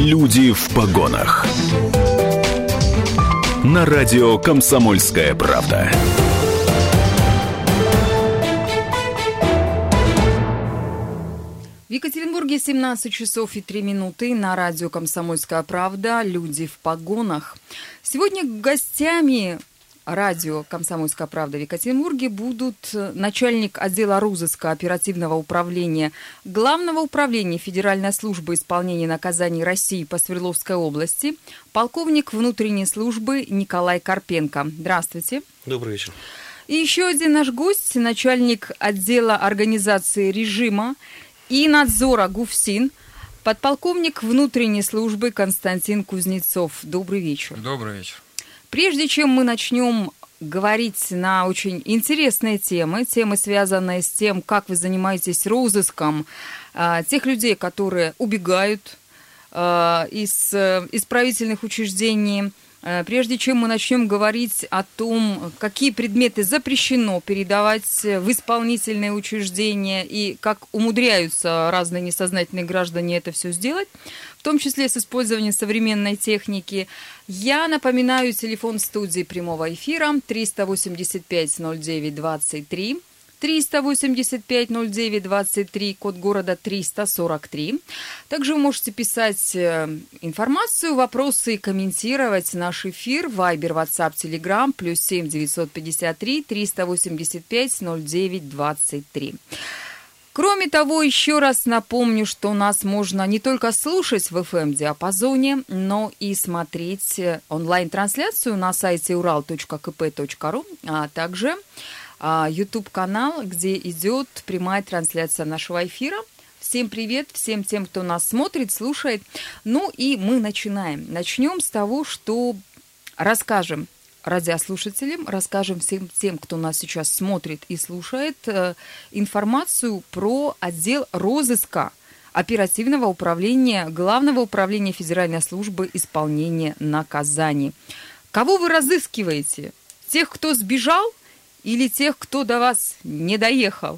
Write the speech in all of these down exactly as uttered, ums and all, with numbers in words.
Люди в погонах. На радио «Комсомольская правда». В Екатеринбурге семнадцать часов и три минуты. На радио «Комсомольская правда». Люди в погонах. Сегодня гостями радио «Комсомольская правда» в Екатеринбурге будут начальник отдела розыска оперативного управления Главного управления Федеральной службы исполнения наказаний России по Свердловской области, полковник внутренней службы Николай Карпенко. Здравствуйте. Добрый вечер. И еще один наш гость, начальник отдела организации режима и надзора ГУФСИН, подполковник внутренней службы Константин Кузнецов. Добрый вечер. Добрый вечер. Прежде чем мы начнем говорить на очень интересные темы, темы, связанные с тем, как вы занимаетесь розыском э, тех людей, которые убегают э, из э, исправительных учреждений, э, прежде чем мы начнем говорить о том, какие предметы запрещено передавать в исполнительные учреждения и как умудряются разные несознательные граждане это все сделать, в том числе с использованием современной техники, я напоминаю телефон студии прямого эфира триста восемьдесят пять ноль девять двадцать три, триста восемьдесят пять ноль девять двадцать три, код города триста сорок три. Также вы можете писать информацию, вопросы и комментировать наш эфир. Вайбер, Ватсап, Телеграм, плюс семь девятьсот пятьдесят три триста восемьдесят пять ноль девять двадцать три. Кроме того, еще раз напомню, что нас можно не только слушать в эф эм-диапазоне, но и смотреть онлайн-трансляцию на сайте урал точка ка пэ точка ру, а также YouTube-канал, где идет прямая трансляция нашего эфира. Всем привет, всем тем, кто нас смотрит, слушает. Ну и мы начинаем. Начнем с того, что расскажем радиослушателям, расскажем всем тем, кто нас сейчас смотрит и слушает, информацию про отдел розыска оперативного управления Главного управления Федеральной службы исполнения наказаний. Кого вы разыскиваете? Тех, кто сбежал, или тех, кто до вас не доехал?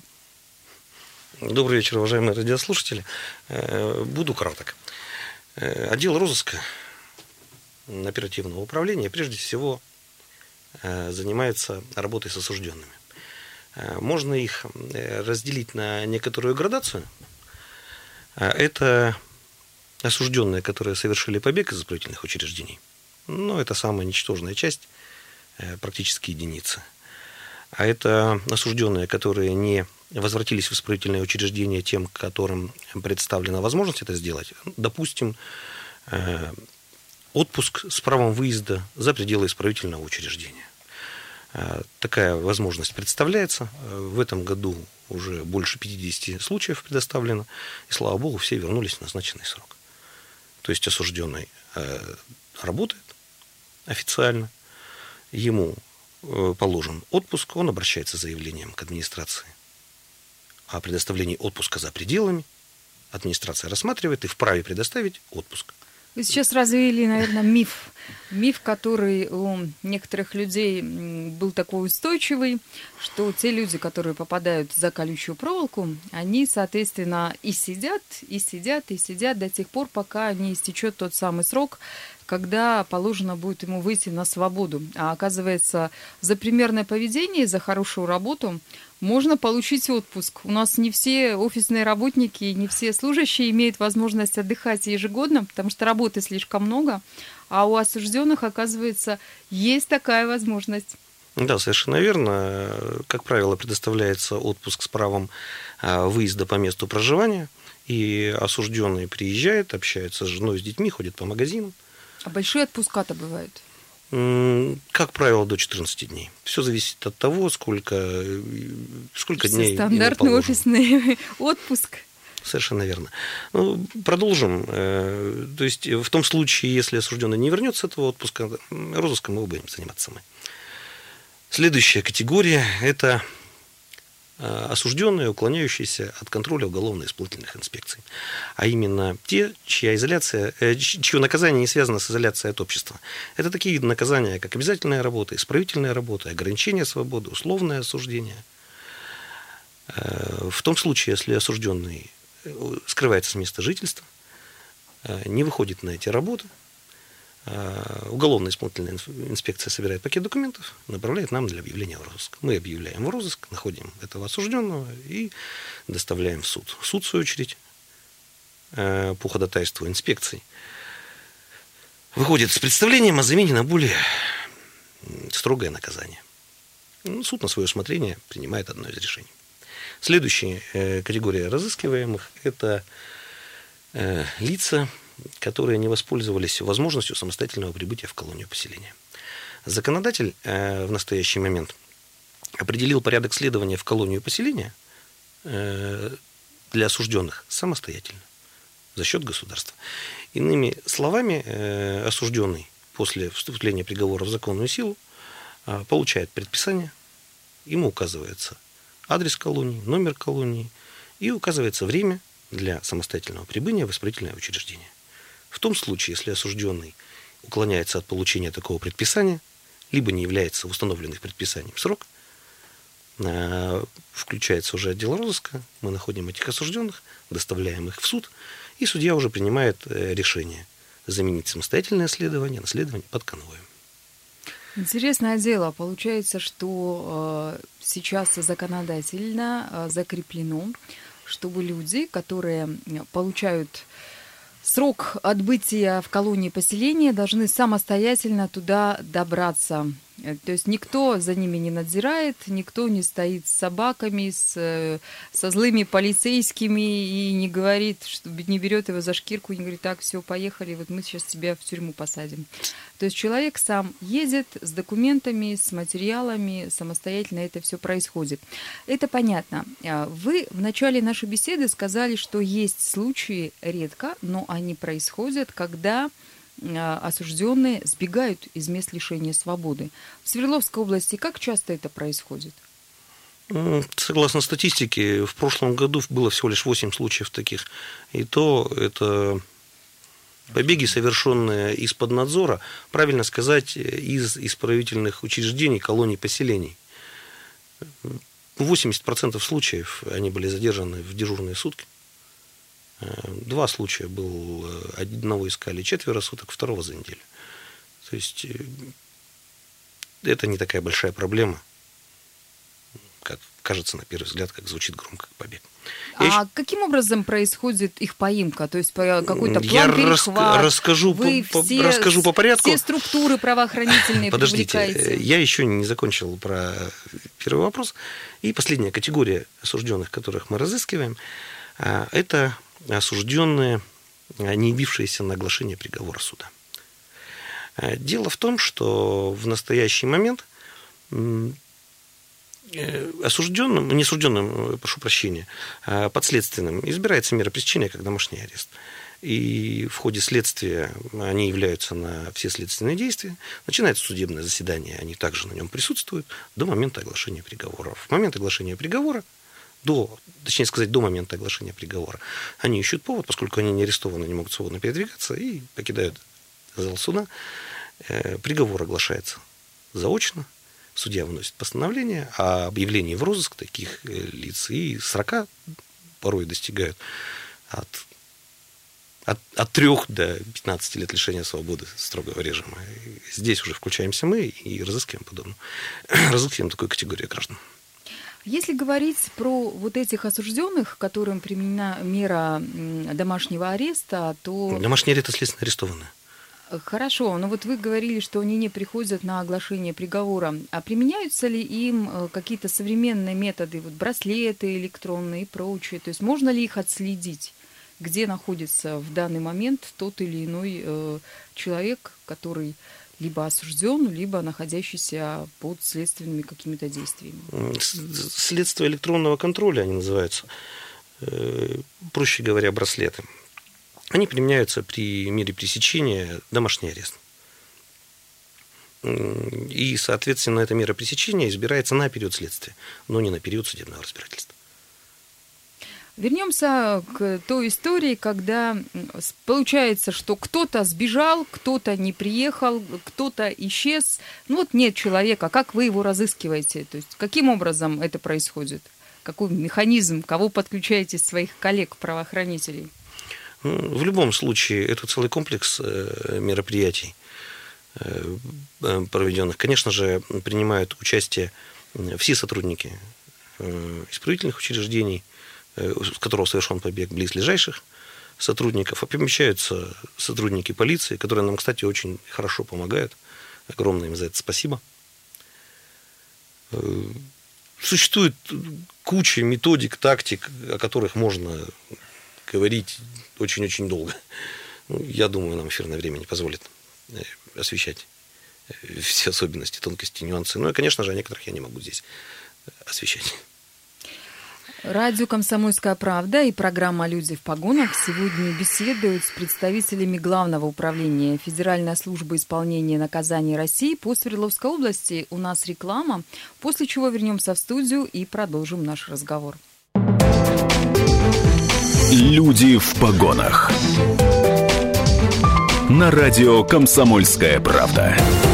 Добрый вечер, уважаемые радиослушатели. Буду краток. Отдел розыска оперативного управления прежде всего занимается работой с осужденными. Можно их разделить на некоторую градацию. Это осужденные, которые совершили побег из исправительных учреждений. Но это самая ничтожная часть, практически единицы. А это осужденные, которые не возвратились в исправительное учреждение тем, которым представлена возможность это сделать. Допустим, отпуск с правом выезда за пределы исправительного учреждения. Такая возможность представляется. В этом году уже больше пятьдесят случаев предоставлено. И, слава богу, все вернулись в назначенный срок. То есть осужденный работает официально, ему положен отпуск, он обращается с заявлением к администрации о предоставлении отпуска за пределами. Администрация рассматривает и вправе предоставить отпуск. Вы сейчас развеяли, наверное, миф. Миф, который у некоторых людей был такой устойчивый, что те люди, которые попадают за колючую проволоку, они, соответственно, и сидят, и сидят, и сидят до тех пор, пока не истечет тот самый срок, когда положено будет ему выйти на свободу. А оказывается, за примерное поведение, за хорошую работу можно получить отпуск. У нас не все офисные работники, не все служащие имеют возможность отдыхать ежегодно, потому что работы слишком много, а у осужденных, оказывается, есть такая возможность. Да, совершенно верно. Как правило, предоставляется отпуск с правом выезда по месту проживания, и осужденный приезжает, общается с женой, с детьми, ходит по магазинам. А большие отпуска-то бывают? Как правило, до четырнадцати дней. Все зависит от того, сколько, сколько дней. Стандартный офисный отпуск. Совершенно верно. Ну, продолжим. То есть, в том случае, если осужденный не вернется с этого отпуска, розыском мы будем заниматься мы. Следующая категория – это осужденные, уклоняющиеся от контроля уголовно-исполнительных инспекций. А именно те, чья изоляция, чье наказание не связано с изоляцией от общества. Это такие виды наказания, как обязательная работа, исправительная работа, ограничение свободы, условное осуждение. В том случае, если осужденный скрывается с места жительства, не выходит на эти работы. Уголовно-исполнительная инспекция собирает пакет документов, направляет нам для объявления в розыск. Мы объявляем в розыск, находим этого осужденного и доставляем в суд. Суд, в свою очередь, по ходатайству инспекции, выходит с представлением о замене на более строгое наказание. Суд на свое усмотрение принимает одно из решений. Следующая категория разыскиваемых – это лица, которые не воспользовались возможностью самостоятельного прибытия в колонию поселения. Законодатель в настоящий момент определил порядок следования в колонию поселения для осужденных самостоятельно, за счет государства. Иными словами, осужденный после вступления приговора в законную силу получает предписание, ему указывается адрес колонии, номер колонии и указывается время для самостоятельного прибытия в исправительное учреждение. В том случае, если осужденный уклоняется от получения такого предписания, либо не является в установленных предписанием срок, включается уже отдел розыска, мы находим этих осужденных, доставляем их в суд, и судья уже принимает решение заменить самостоятельное следование на следование под конвоем. Интересное дело. Получается, что э, сейчас законодательно э, закреплено, чтобы люди, которые получают срок отбытия в колонии поселения, должны самостоятельно туда добраться. То есть никто за ними не надзирает, никто не стоит с собаками, с, со злыми полицейскими и не говорит, что не берет его за шкирку и не говорит: так, все, поехали, вот мы сейчас тебя в тюрьму посадим. То есть человек сам едет с документами, с материалами, самостоятельно это все происходит. Это понятно. Вы в начале нашей беседы сказали, что есть случаи, редко, но они происходят, когда осужденные сбегают из мест лишения свободы. В Свердловской области как часто это происходит? Согласно статистике, в прошлом году было всего лишь восемь случаев таких. И то это побеги, совершенные из-под надзора, правильно сказать, из исправительных учреждений, колоний, поселений. восемьдесят процентов случаев они были задержаны в дежурные сутки. Два случая был, одного искали четверо суток, второго за неделю. То есть это не такая большая проблема, как кажется на первый взгляд, как звучит громко, как побег. А Я каким образом происходит их поимка? То есть какой-то план Я перехват? расскажу, Вы по, все, расскажу по порядку. Все структуры правоохранительные Подождите, привлекаете? я еще не закончил про первый вопрос. И последняя категория осужденных, которых мы разыскиваем, это осужденные, не явившиеся на оглашение приговора суда. Дело в том, что в настоящий момент осужденным, не осужденным, прошу прощения, подследственным избирается мера пресечения как домашний арест. И в ходе следствия они являются на все следственные действия. Начинается судебное заседание, они также на нем присутствуют до момента оглашения приговора. В момент оглашения приговора До, точнее сказать, до момента оглашения приговора, они ищут повод, поскольку они не арестованы, не могут свободно передвигаться, и покидают зал суда. Приговор оглашается заочно, судья выносит постановление о объявлении в розыск таких лиц, и срока порой достигают от, от, от трёх до пятнадцати лет лишения свободы строгого режима. Здесь уже включаемся мы и разыскиваем подобное. Разыскиваем такую категорию граждан. Если говорить про вот этих осужденных, которым применена мера домашнего ареста, то... Домашний арест — это следственно арестованные. Хорошо, но вот вы говорили, что они не приходят на оглашение приговора. А применяются ли им какие-то современные методы, вот браслеты электронные и прочее? То есть можно ли их отследить, где находится в данный момент тот или иной э, человек, который либо осужден, либо находящийся под следственными какими-то действиями? Следствие электронного контроля они называются, проще говоря, браслеты. Они применяются при мере пресечения домашний арест. И, соответственно, эта мера пресечения избирается на период следствия, но не на период судебного разбирательства. Вернемся к той истории, когда получается, что кто-то сбежал, кто-то не приехал, кто-то исчез. Ну вот нет человека. Как вы его разыскиваете? То есть каким образом это происходит? Какой механизм? Кого подключаете из своих коллег-правоохранителей? В любом случае, это целый комплекс мероприятий, проведенных. Конечно же, принимают участие все сотрудники исправительных учреждений, с которого совершен побег, близлежащих сотрудников, а помещаются сотрудники полиции, которые нам, кстати, очень хорошо помогают. Огромное им за это спасибо. Существует куча методик, тактик, о которых можно говорить очень-очень долго. Ну, я думаю, нам эфирное время не позволит освещать все особенности, тонкости, нюансы. Ну и, конечно же, о некоторых я не могу здесь освещать. Радио «Комсомольская правда» и программа «Люди в погонах» сегодня беседуют с представителями Главного управления Федеральной службы исполнения наказаний России по Свердловской области. У нас реклама, после чего вернемся в студию и продолжим наш разговор. «Люди в погонах». На радио «Комсомольская правда».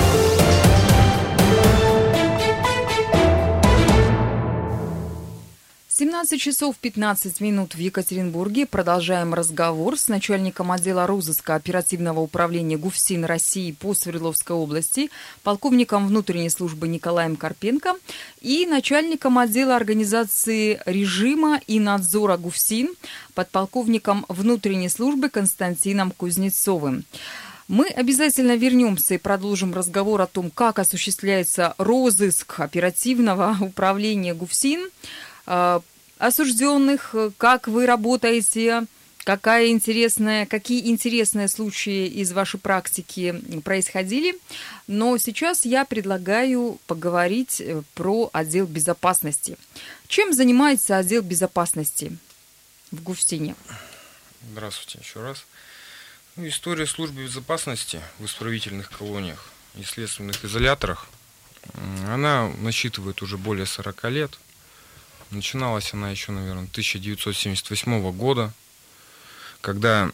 семнадцать часов пятнадцать минут в Екатеринбурге. Продолжаем разговор с начальником отдела розыска оперативного управления ГУФСИН России по Свердловской области, полковником внутренней службы Николаем Карпенко и начальником отдела организации режима и надзора ГУФСИН, подполковником внутренней службы Константином Кузнецовым. Мы обязательно вернемся и продолжим разговор о том, как осуществляется розыск оперативного управления ГУФСИН осужденных, как вы работаете, какая интересная, какие интересные случаи из вашей практики происходили. Но сейчас я предлагаю поговорить про отдел безопасности. Чем занимается отдел безопасности в ГУФСИНе? Здравствуйте еще раз. Ну, история службы безопасности в исправительных колониях и следственных изоляторах, она насчитывает уже более сорока лет. Начиналась она еще, наверное, тысяча девятьсот семьдесят восьмого года, когда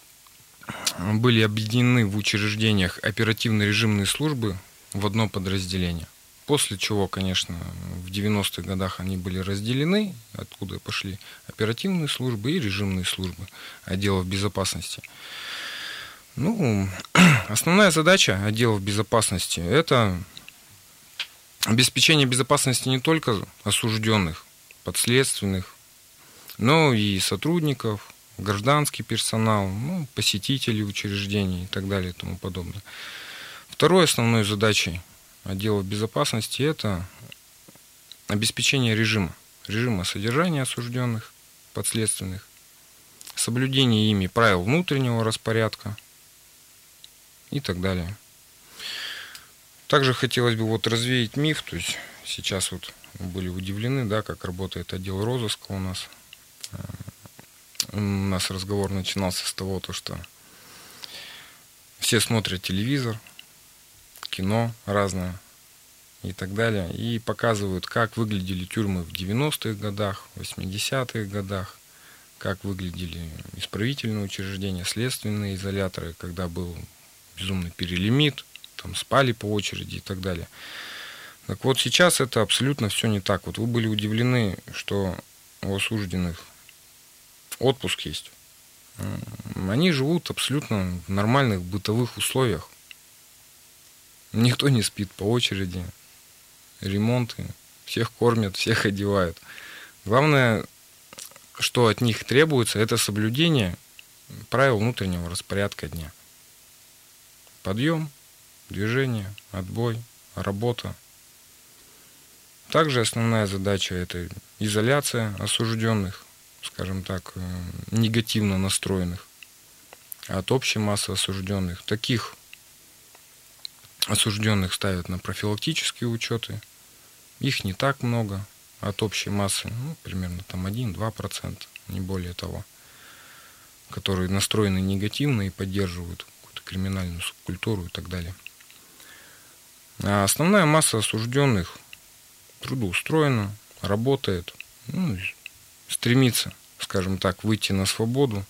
были объединены в учреждениях оперативно-режимные службы в одно подразделение. После чего, конечно, в девяностых годах они были разделены, откуда пошли оперативные службы и режимные службы отделов безопасности. Ну, основная задача отделов безопасности – это обеспечение безопасности не только осужденных, подследственных, но и сотрудников, гражданский персонал, ну, посетителей учреждений и так далее и тому подобное. Второй основной задачей отдела безопасности – это обеспечение режима, режима содержания осужденных, подследственных, соблюдение ими правил внутреннего распорядка и так далее. Также хотелось бы вот развеять миф, то есть сейчас вот были удивлены, да, как работает отдел розыска у нас. У нас разговор начинался с того, то, что все смотрят телевизор, кино разное и так далее, и показывают, как выглядели тюрьмы в девяностых годах, восьмидесятых годах, как выглядели исправительные учреждения, следственные изоляторы, когда был безумный перелимит, там спали по очереди и так далее. Так вот, сейчас это абсолютно все не так. Вот вы были удивлены, что у осужденных отпуск есть. Они живут абсолютно в нормальных бытовых условиях. Никто не спит по очереди. Ремонты. Всех кормят, всех одевают. Главное, что от них требуется, это соблюдение правил внутреннего распорядка дня. Подъем, движение, отбой, работа. Также основная задача – это изоляция осужденных, скажем так, негативно настроенных от общей массы осужденных. Таких осужденных ставят на профилактические учеты. Их не так много от общей массы, ну, примерно там один-два процента, не более того, которые настроены негативно и поддерживают какую-то криминальную субкультуру и так далее. А основная масса осужденных трудоустроена, работает, ну, стремится, скажем так, выйти на свободу.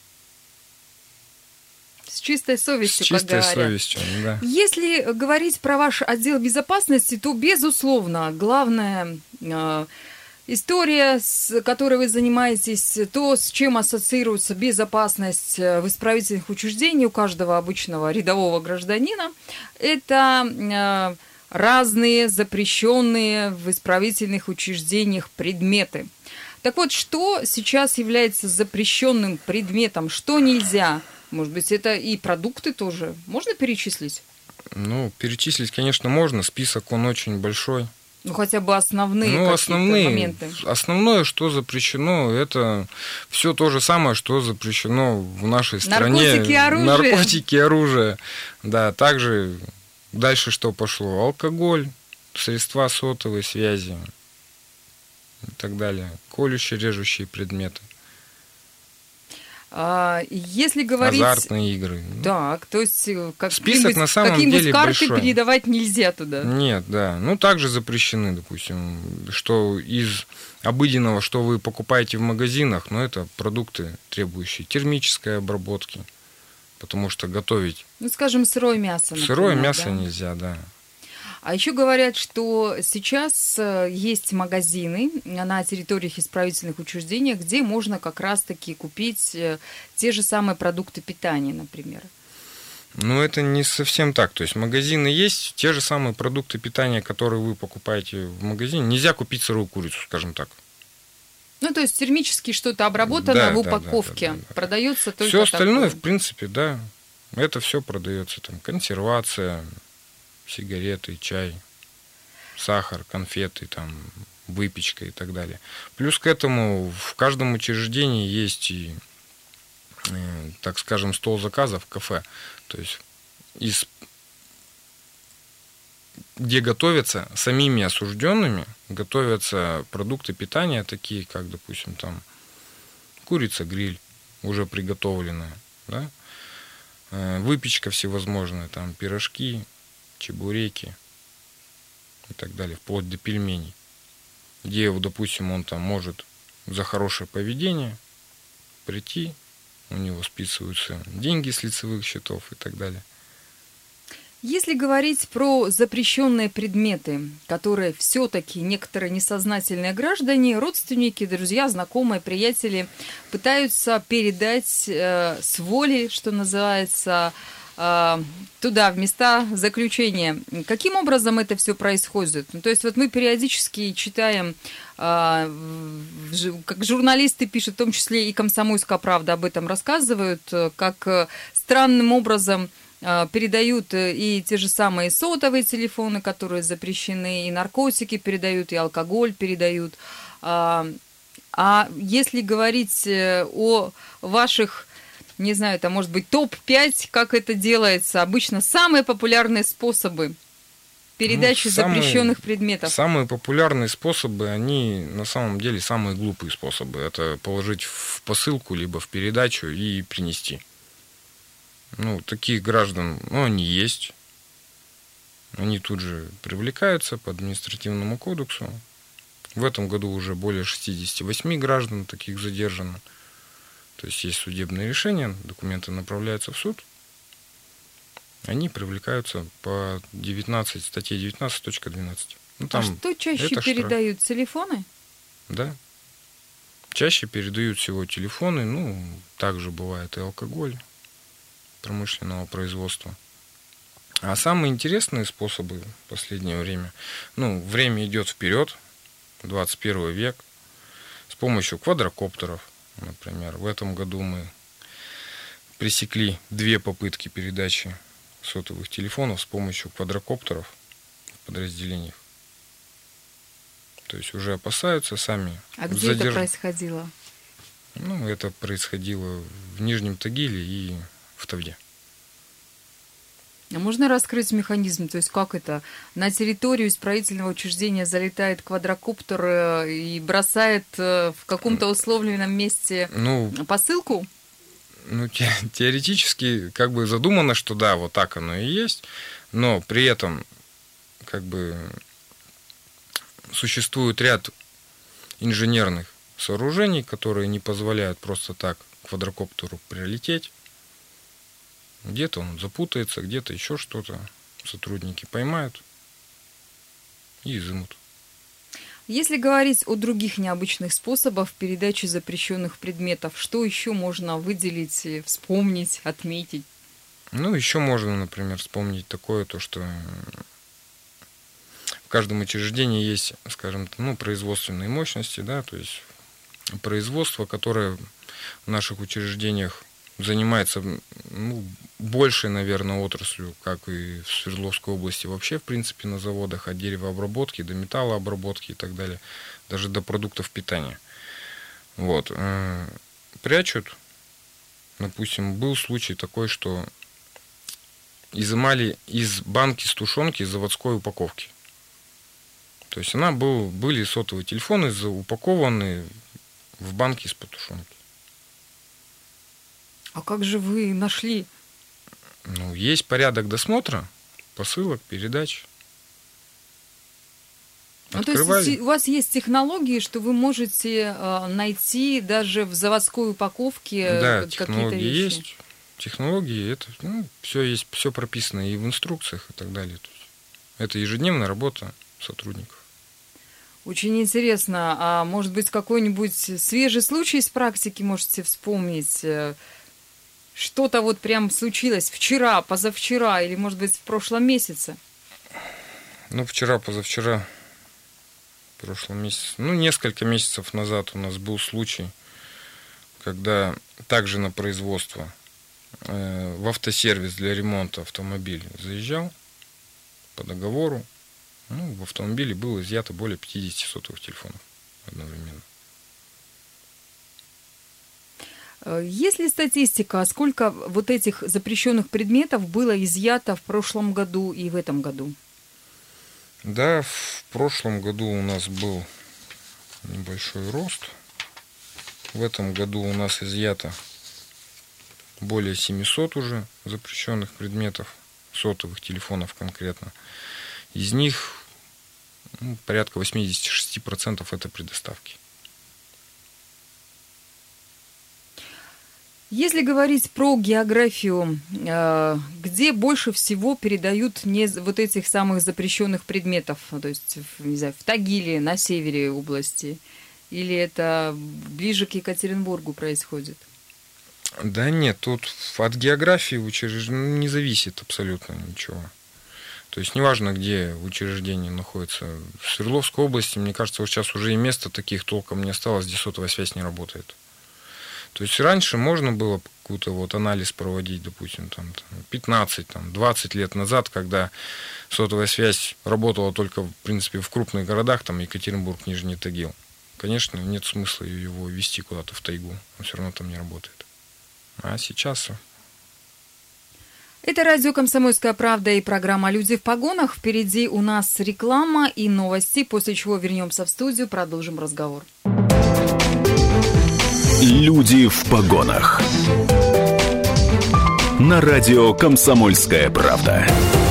С чистой совестью, С чистой как говорят. совестью, да. Если говорить про ваш отдел безопасности, то, безусловно, главная э, История, с которой вы занимаетесь, то, с чем ассоциируется безопасность в исправительных учреждениях у каждого обычного рядового гражданина, это разные запрещенные в исправительных учреждениях предметы. Так вот, что сейчас является запрещенным предметом, что нельзя? Может быть, это и продукты тоже? Можно перечислить? Ну, перечислить, конечно, можно. Список, он очень большой. Ну, хотя бы основные ну, какие-то основные, моменты. Основное, что запрещено, это все то же самое, что запрещено в нашей стране. Наркотики, оружие. Наркотики, оружие. Да, также дальше что пошло? Алкоголь, средства сотовой связи и так далее. Колющие, режущие предметы. А, если говорить... Азартные игры. Так, то есть как список на самом какие-нибудь деле карты большой. передавать нельзя туда? Нет, да. Ну, также запрещены, допустим, что из обыденного, что вы покупаете в магазинах, но это продукты, требующие термической обработки, потому что готовить... Ну, скажем, сырое мясо, например. Сырое мясо да? нельзя, да. А еще говорят, что сейчас есть магазины на территориях исправительных учреждений, где можно как раз-таки купить те же самые продукты питания, например. Ну, это не совсем так. То есть магазины есть, те же самые продукты питания, которые вы покупаете в магазине. Нельзя купить сырую курицу, скажем так. Ну, то есть термически что-то обработано да, в да, упаковке, да, да, да. продается только все остальное, такое. В принципе, да, это все продается. Там консервация, сигареты, чай, сахар, конфеты, там, выпечка и так далее. Плюс к этому в каждом учреждении есть и, э, так скажем, стол заказов, кафе, то есть из, где готовятся самими осужденными, готовятся продукты питания, такие как, допустим, там курица-гриль, уже приготовленная, да? э, выпечка всевозможная, там пирожки, чебуреки и так далее, вплоть до пельменей, где, допустим, он там может за хорошее поведение прийти, у него списываются деньги с лицевых счетов и так далее. Если говорить про запрещенные предметы, которые все-таки некоторые несознательные граждане, родственники, друзья, знакомые, приятели пытаются передать э, с воли, что называется, туда, в места заключения. Каким образом это все происходит? Ну, то есть вот мы периодически читаем, как журналисты пишут, в том числе и «Комсомольская правда» об этом рассказывают, как странным образом передают и те же самые сотовые телефоны, которые запрещены, и наркотики передают, и алкоголь передают. А если говорить о ваших, не знаю, это может быть топ пять, как это делается. Обычно самые популярные способы передачи ну, самые, запрещенных предметов. Самые популярные способы, они на самом деле самые глупые способы. Это положить в посылку, либо в передачу и принести. Ну, таких граждан, ну, они есть. Они тут же привлекаются по административному кодексу. В этом году уже более шестьдесят восемь граждан таких задержано. То есть есть судебное решение, документы направляются в суд, они привлекаются по девятнадцать, статье девятнадцать точка двенадцать. Ну, там а что чаще передают? Штраф. Телефоны? Да. Чаще передают всего телефоны, ну, также бывает и алкоголь промышленного производства. А самые интересные способы в последнее время, ну, время идет вперед, двадцать первый век, с помощью квадрокоптеров. Например, в этом году мы пресекли две попытки передачи сотовых телефонов с помощью квадрокоптеров в подразделениях. То есть уже опасаются сами. А где задерж... это происходило? Ну, это происходило в Нижнем Тагиле и в Тавде. А можно раскрыть механизм? То есть как это? На территорию исправительного учреждения залетает квадрокоптер и бросает в каком-то условленном месте ну, посылку? Ну, те, теоретически как бы задумано, что да, вот так оно и есть, но при этом как бы существует ряд инженерных сооружений, которые не позволяют просто так квадрокоптеру прилететь. Где-то он запутается, где-то еще что-то. Сотрудники поймают и изымут. Если говорить о других необычных способах передачи запрещенных предметов, что еще можно выделить, вспомнить, отметить? Ну, еще можно, например, вспомнить такое, то, что в каждом учреждении есть, скажем, ну, производственные мощности, да, то есть производство, которое в наших учреждениях занимается, ну, большей, наверное, отраслью, как и в Свердловской области вообще, в принципе, на заводах, от деревообработки до металлообработки и так далее, даже до продуктов питания. Вот. Прячут. Допустим, был случай такой, что изымали из банки с тушенки заводской упаковки. То есть она был, были сотовые телефоны упакованы в банки из-под тушенки. А как же вы нашли? Ну, есть порядок досмотра, посылок, передач. Ну, то есть у вас есть технологии, что вы можете э, найти даже в заводской упаковке да, какие-то технологии вещи? есть. Технологии, это, ну, все есть, все прописано и в инструкциях и так далее. То есть это ежедневная работа сотрудников. Очень интересно. А может быть, какой-нибудь свежий случай из практики можете вспомнить? Что-то вот прям случилось вчера, позавчера или, может быть, в прошлом месяце? Ну, вчера, позавчера, в прошлом месяце, ну, несколько месяцев назад у нас был случай, когда также на производство э, в автосервис для ремонта автомобиля заезжал по договору. Ну, в автомобиле было изъято более пятьдесят сотовых телефонов одновременно. Есть ли статистика, сколько вот этих запрещенных предметов было изъято в прошлом году и в этом году? Да, в прошлом году у нас был небольшой рост. В этом году у нас изъято более семисот уже запрещенных предметов, сотовых телефонов конкретно. Из них ну, порядка восемьдесят шесть процентов это предоставки. Если говорить про географию, где больше всего передают не вот этих самых запрещенных предметов, то есть не знаю, в Тагиле, на севере области, или это ближе к Екатеринбургу происходит? Да нет, тут от географии учреждения не зависит абсолютно ничего. То есть неважно, где учреждение находится. В Свердловской области, мне кажется, вот сейчас уже и места таких толком не осталось, где сотовая связь не работает. То есть раньше можно было какой-то вот анализ проводить, допустим, там, пятнадцать-двадцать лет назад, когда сотовая связь работала только, в принципе, в крупных городах, там Екатеринбург, Нижний Тагил. Конечно, нет смысла его везти куда-то в тайгу, он все равно там не работает. А сейчас... Это радио «Комсомольская правда» и программа «Люди в погонах». Впереди у нас реклама и новости, после чего вернемся в студию, продолжим разговор. Люди в погонах. На радио «Комсомольская правда».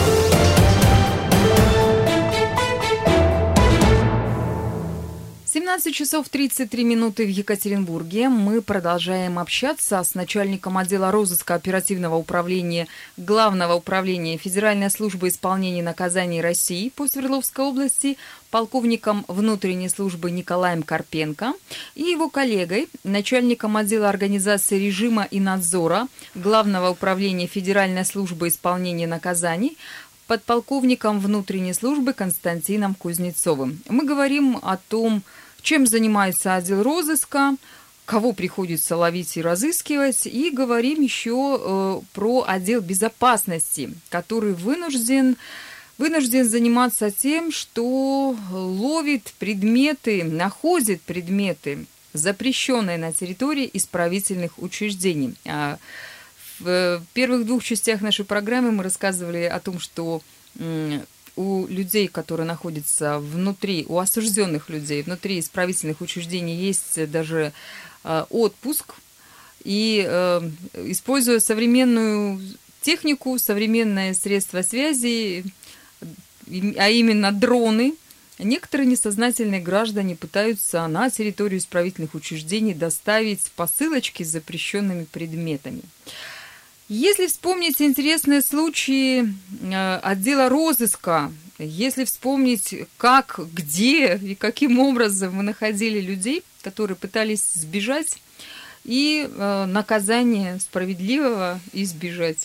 семнадцать часов тридцать три минуты в Екатеринбурге. Мы продолжаем общаться с начальником отдела розыска оперативного управления Главного управления Федеральной службы исполнения наказаний России по Свердловской области, полковником внутренней службы Николаем Карпенко и его коллегой, начальником отдела организации режима и надзора Главного управления Федеральной службы исполнения наказаний, подполковником внутренней службы Константином Кузнецовым. Мы говорим о том, чем занимается отдел розыска, кого приходится ловить и разыскивать, и говорим еще э, про отдел безопасности, который вынужден, вынужден заниматься тем, что ловит предметы, находит предметы, запрещенные на территории исправительных учреждений. В первых двух частях нашей программы мы рассказывали о том, что у людей, которые находятся внутри, у осужденных людей внутри исправительных учреждений есть даже отпуск. И используя современную технику, современные средства связи, а именно дроны, некоторые несознательные граждане пытаются на территорию исправительных учреждений доставить посылочки с запрещенными предметами. Если вспомнить интересные случаи отдела розыска Если вспомнить, как, где и каким образом мы находили людей, которые пытались сбежать, и э, наказание справедливого избежать.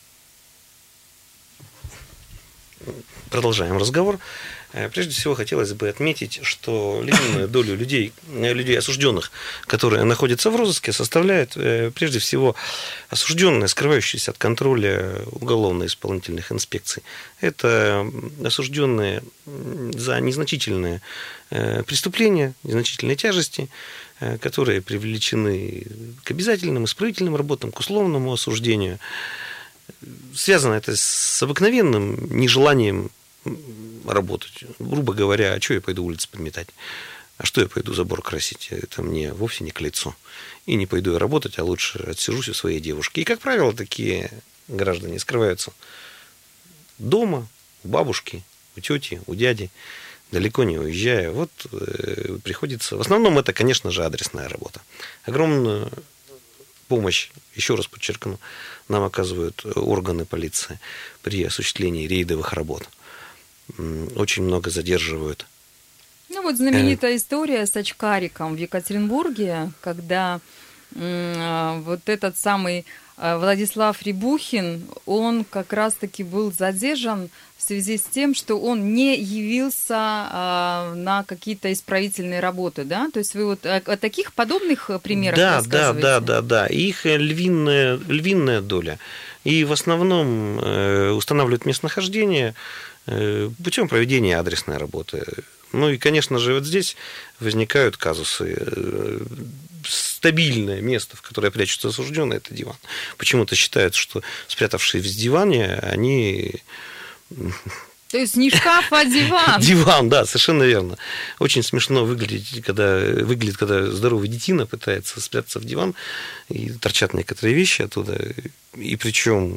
Продолжаем разговор. Прежде всего, хотелось бы отметить, что львиную долю людей, людей осужденных, которые находятся в розыске, составляет прежде всего осужденные, скрывающиеся от контроля уголовно-исполнительных инспекций. Это осужденные за незначительные преступления, незначительные тяжести, которые привлечены к обязательным исправительным работам, к условному осуждению. Связано это с обыкновенным нежеланием работать. Грубо говоря, а что я пойду улицы подметать? А что я пойду забор красить? Это мне вовсе не к лицу. И не пойду я работать, а лучше отсижусь у своей девушки. И, как правило, такие граждане скрываются дома, у бабушки, у тети, у дяди, далеко не уезжая. Вот э, приходится... В основном это, конечно же, адресная работа. Огромную помощь, еще раз подчеркну, нам оказывают органы полиции при осуществлении рейдовых работ. Очень много задерживают. Ну вот знаменитая история с очкариком в Екатеринбурге, когда э, вот этот самый э, Владислав Рябухин, он как раз-таки был задержан в связи с тем, что он не явился э, на какие-то исправительные работы, да? То есть вы вот о, о таких подобных примерах да, рассказываете? Да, да, да, да. Их львиная, львиная доля. И в основном э, устанавливают местонахождение путем проведения адресной работы. Ну и, конечно же, вот здесь возникают казусы. Стабильное место, в которое прячутся осужденные, это диван. Почему-то считают, что спрятавшись в диване, они... То есть не шкаф, а диван. Диван, да, совершенно верно. Очень смешно выглядит, когда, выглядит, когда здоровый детина пытается спрятаться в диван, и торчат некоторые вещи оттуда. И причем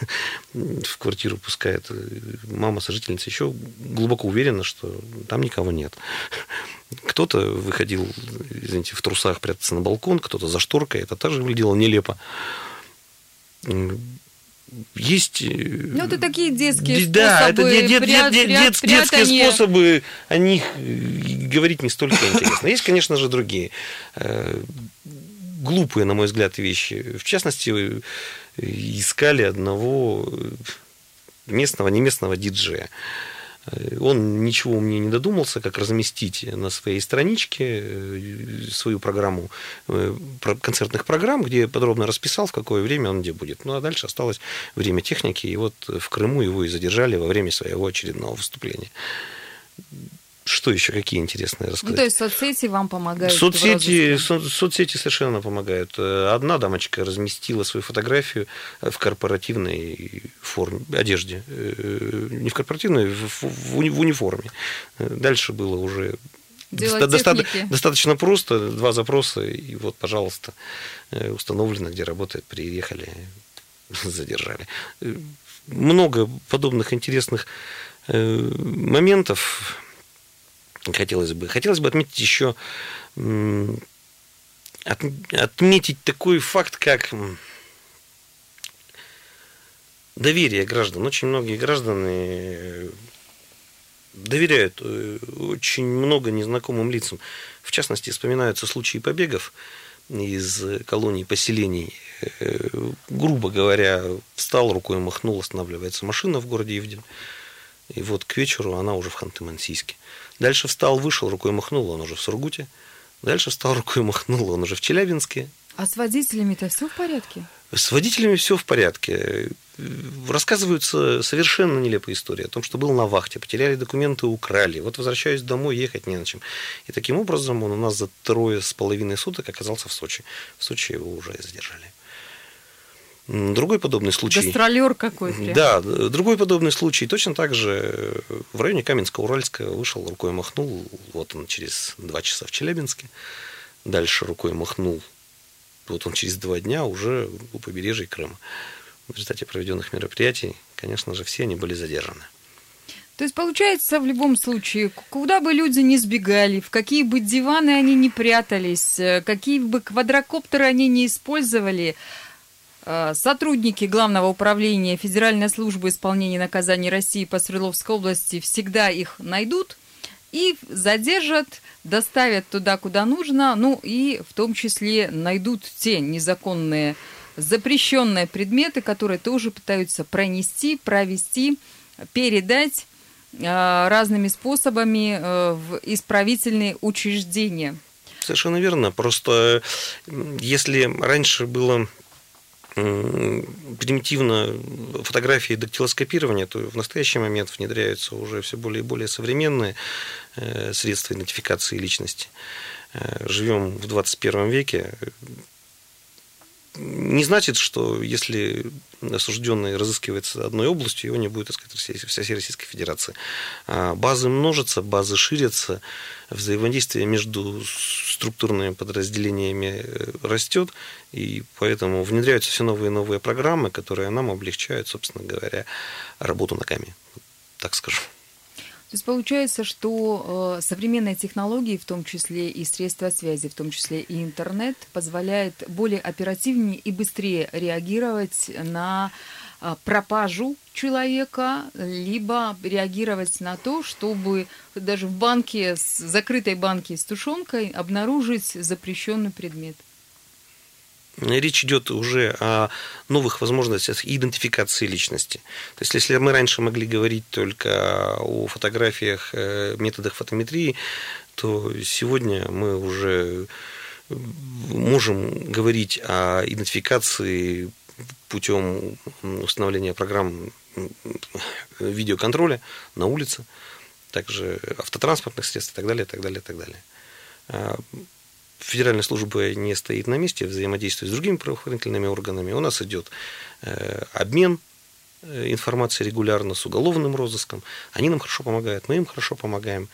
в квартиру пускает мама, сожительница, еще глубоко уверена, что там никого нет. Кто-то выходил, извините, в трусах прятаться на балкон, кто-то за шторкой. Это тоже выглядело нелепо. Есть... Ну, это такие детские да, способы. Да, это дет, пря... дет, пря... дет, детские способы, о них говорить не столько интересно. Есть, конечно же, другие глупые, на мой взгляд, вещи. В частности, искали одного местного, не местного диджея. Он ничего мне не додумался, как разместить на своей страничке свою программу концертных программ, где подробно расписал, в какое время он где будет. Ну, а дальше осталось время техники, и вот в Крыму его и задержали во время своего очередного выступления. Что еще, какие интересные рассказы? Ну, то есть соцсети вам помогают? Соцсети, со, соцсети совершенно помогают. Одна дамочка разместила свою фотографию в корпоративной форме, одежде. Не в корпоративной, в, в униформе. Дальше было уже доста- доста- достаточно просто. Два запроса, и вот, пожалуйста, установлено, где работает, приехали, задержали. Много подобных интересных моментов. Хотелось бы. Хотелось бы отметить еще отметить такой факт, как доверие граждан. Очень многие граждане доверяют очень много незнакомым лицам. В частности, вспоминаются случаи побегов из колоний, поселений. Грубо говоря, встал, рукой махнул, останавливается машина в городе Ивдель. И вот к вечеру она уже в Ханты-Мансийске. Дальше встал, вышел, рукой махнул, он уже в Сургуте. Дальше встал, рукой махнул, он уже в Челябинске. А с водителями-то все в порядке? С водителями все в порядке. Рассказываются совершенно нелепые истории о том, что был на вахте, потеряли документы, украли. Вот возвращаюсь домой, ехать не на чем. И таким образом он у нас за трое с половиной суток оказался в Сочи. В Сочи его уже задержали. Другой подобный случай... Гастролер какой-то. Да, другой подобный случай. Точно так же в районе Каменска-Уральска вышел, рукой махнул. Вот он через два часа в Челябинске. Дальше рукой махнул. Вот он через два дня уже у побережья Крыма. В результате проведенных мероприятий, конечно же, все они были задержаны. То есть, получается, в любом случае, куда бы люди ни сбегали, в какие бы диваны они ни прятались, какие бы квадрокоптеры они ни использовали, Сотрудники Главного управления Федеральной службы исполнения наказаний России по Свердловской области всегда их найдут и задержат, доставят туда, куда нужно, ну и в том числе найдут те незаконные, запрещенные предметы, которые тоже пытаются пронести, провести, передать разными способами в исправительные учреждения. Совершенно верно. Просто если раньше было примитивно фотографии дактилоскопирования, то в настоящий момент внедряются уже все более и более современные средства идентификации личности. Живем в двадцать первом веке. Не значит, что если осужденный разыскивается одной областью, его не будет искать вся Российская Федерация. Базы множатся, базы ширятся, взаимодействие между структурными подразделениями растет, и поэтому внедряются все новые и новые программы, которые нам облегчают, собственно говоря, работу ногами, так скажу. То есть получается, что современные технологии, в том числе и средства связи, в том числе и интернет, позволяет более оперативнее и быстрее реагировать на пропажу человека, либо реагировать на то, чтобы даже в банке, с закрытой банке с тушенкой обнаружить запрещенный предмет. Речь идет уже о новых возможностях идентификации личности. То есть, если мы раньше могли говорить только о фотографиях, методах фотометрии, то сегодня мы уже можем говорить о идентификации путем установления программ видеоконтроля на улице, также автотранспортных средств и так далее, так далее, так далее. Федеральная служба не стоит на месте, взаимодействует с другими правоохранительными органами. У нас идет обмен информацией регулярно с уголовным розыском. Они нам хорошо помогают, мы им хорошо помогаем.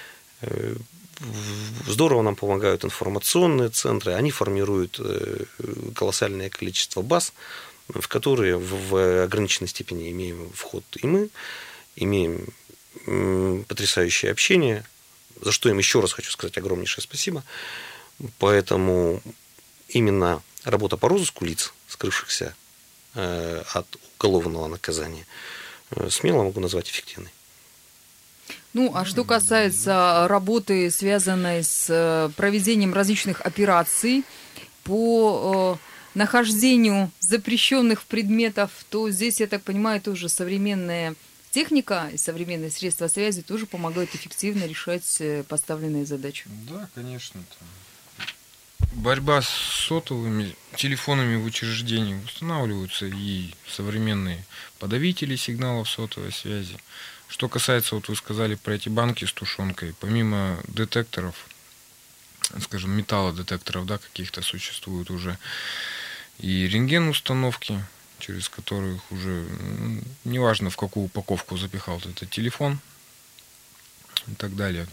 Здорово нам помогают информационные центры. Они формируют колоссальное количество баз, в которые в ограниченной степени имеем вход и мы, имеем потрясающее общение, за что им еще раз хочу сказать огромнейшее спасибо. Поэтому именно работа по розыску лиц, скрывшихся от уголовного наказания, смело могу назвать эффективной. Ну, а что касается работы, связанной с проведением различных операций по нахождению запрещенных предметов, то здесь, я так понимаю, тоже современная техника и современные средства связи тоже помогают эффективно решать поставленные задачи. Да, конечно. Борьба с сотовыми телефонами в учреждении, устанавливаются и современные подавители сигналов сотовой связи. Что касается, вот вы сказали про эти банки с тушенкой, помимо детекторов, скажем, металлодетекторов, да, каких-то существуют уже и рентген-установки, через которых уже, неважно, в какую упаковку запихал этот телефон и так далее.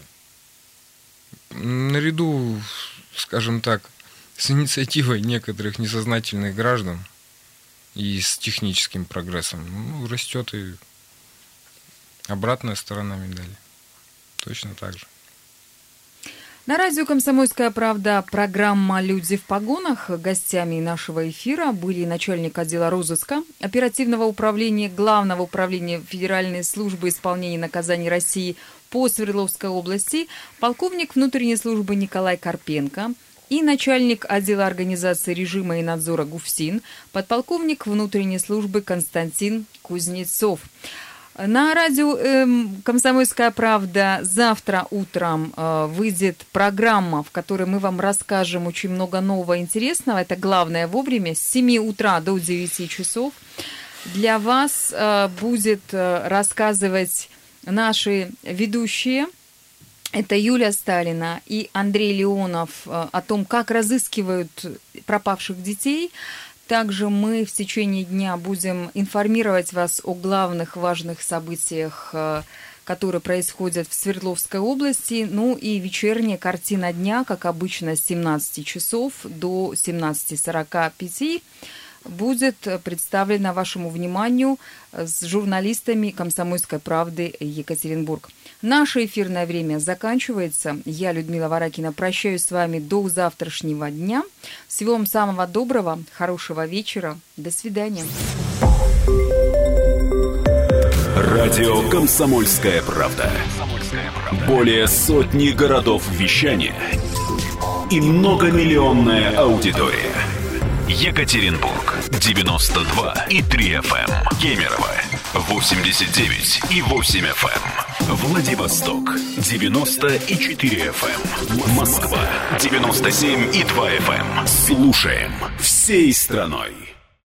Наряду, скажем так, с инициативой некоторых несознательных граждан и с техническим прогрессом, ну, растет и обратная сторона медали. Точно так же. На радио «Комсомольская правда» программа «Люди в погонах». Гостями нашего эфира были начальник отдела розыска оперативного управления Главного управления Федеральной службы исполнения наказаний России по Свердловской области, полковник внутренней службы Николай Карпенко и начальник отдела организации режима и надзора ГУФСИН, подполковник внутренней службы Константин Кузнецов. На радио э, «Комсомольская правда» завтра утром э, выйдет программа, в которой мы вам расскажем очень много нового и интересного. Это главное вовремя, с семи утра до девяти часов. Для вас э, будет э, рассказывать наши ведущие. Это Юлия Сталина и Андрей Леонов э, о том, как разыскивают пропавших детей. Также мы в течение дня будем информировать вас о главных важных событиях, которые происходят в Свердловской области. Ну и вечерняя картина дня, как обычно, с семнадцати часов до семнадцати сорока пяти. будет представлена вашему вниманию с журналистами «Комсомольской правды» Екатеринбург. Наше эфирное время заканчивается. Я, Людмила Варакина, прощаюсь с вами до завтрашнего дня. Всего вам самого доброго, хорошего вечера. До свидания. Радио «Комсомольская правда». Более сотни городов вещания и многомиллионная аудитория. Екатеринбург девяносто два и три эф эм, Кемерово восемьдесят девять и восемь эф эм, Владивосток девяносто и четыре эф эм, Москва девяносто семь и два эф эм. Слушаем всей страной.